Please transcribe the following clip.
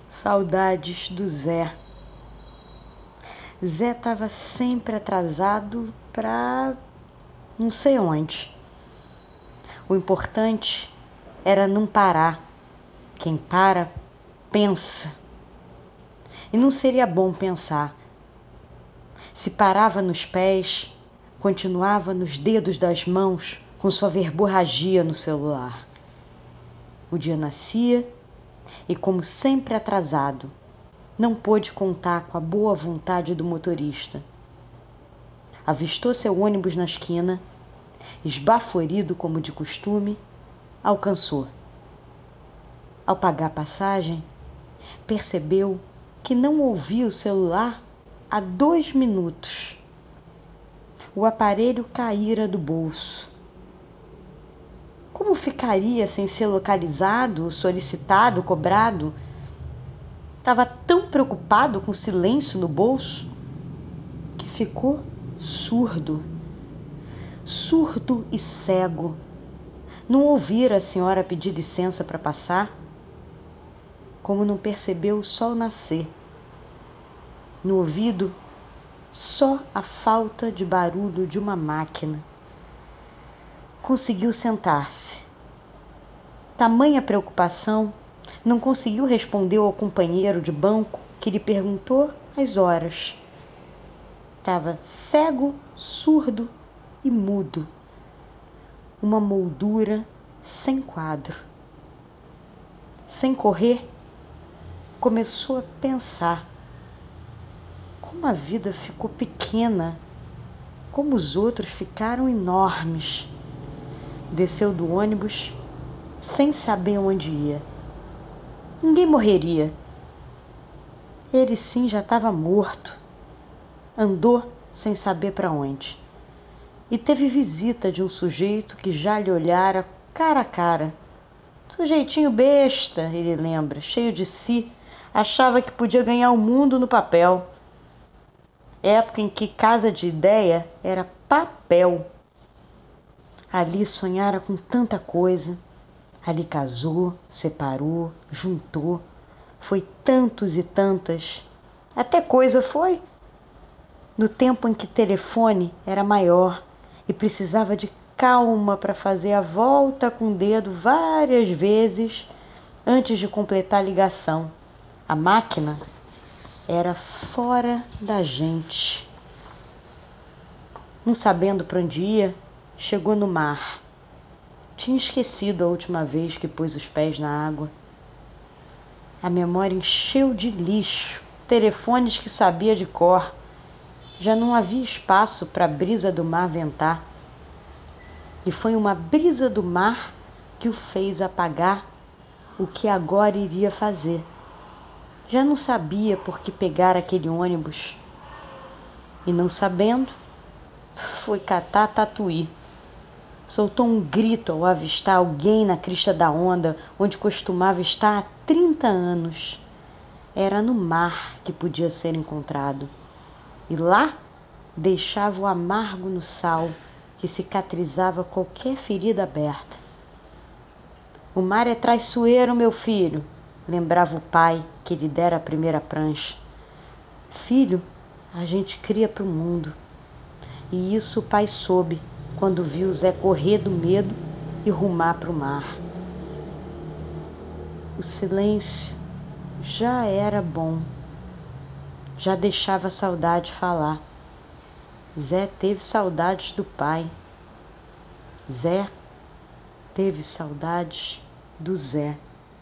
Saudades do Zé. Zé estava sempre atrasado para não sei onde. O importante era não parar. Quem para, pensa. E não seria bom pensar. Se parava nos pés, continuava nos dedos das mãos com sua verborragia no celular. O dia nascia e, como sempre atrasado, não pôde contar com a boa vontade do motorista. Avistou seu ônibus na esquina, esbaforido como de costume, alcançou. Ao pagar a passagem, percebeu que não ouvia o celular há 2 minutos. O aparelho caíra do bolso. Como ficaria sem ser localizado, solicitado, cobrado? Estava tão preocupado com o silêncio no bolso que ficou surdo. Surdo e cego. Não ouvira a senhora pedir licença para passar, como não percebeu o sol nascer. No ouvido, só a falta de barulho de uma máquina. Conseguiu sentar-se. Tamanha preocupação, não conseguiu responder ao companheiro de banco que lhe perguntou as horas. Estava cego, surdo e mudo. Uma moldura sem quadro. Sem correr, começou a pensar. Como a vida ficou pequena, como os outros ficaram enormes. Desceu do ônibus sem saber onde ia. Ninguém morreria. Ele sim já estava morto. Andou sem saber para onde. E teve visita de um sujeito que já lhe olhara cara a cara. Sujeitinho besta, ele lembra, cheio de si, achava que podia ganhar o mundo no papel. Época em que casa de ideia era papel. Ali sonhara com tanta coisa. Ali casou, separou, juntou. Foi tantos e tantas. Até coisa foi. No tempo em que telefone era maior e precisava de calma para fazer a volta com o dedo várias vezes antes de completar a ligação. A máquina era fora da gente. Não sabendo para onde ia, chegou no mar. Tinha esquecido a última vez que pôs os pés na água. A memória encheu de lixo, telefones que sabia de cor. Já não havia espaço para a brisa do mar ventar. E foi uma brisa do mar que o fez apagar o que agora iria fazer. Já não sabia por que pegar aquele ônibus. E não sabendo, foi catar tatuí. Soltou um grito ao avistar alguém na crista da onda, onde costumava estar há 30 anos. Era no mar que podia ser encontrado. E lá deixava o amargo no sal, que cicatrizava qualquer ferida aberta. O mar é traiçoeiro, meu filho, lembrava o pai que lhe dera a primeira prancha. Filho, a gente cria para o mundo. E isso o pai soube quando viu Zé correr do medo e rumar para o mar. O silêncio já era bom. Já deixava a saudade falar. Zé teve saudades do pai. Zé teve saudades do Zé.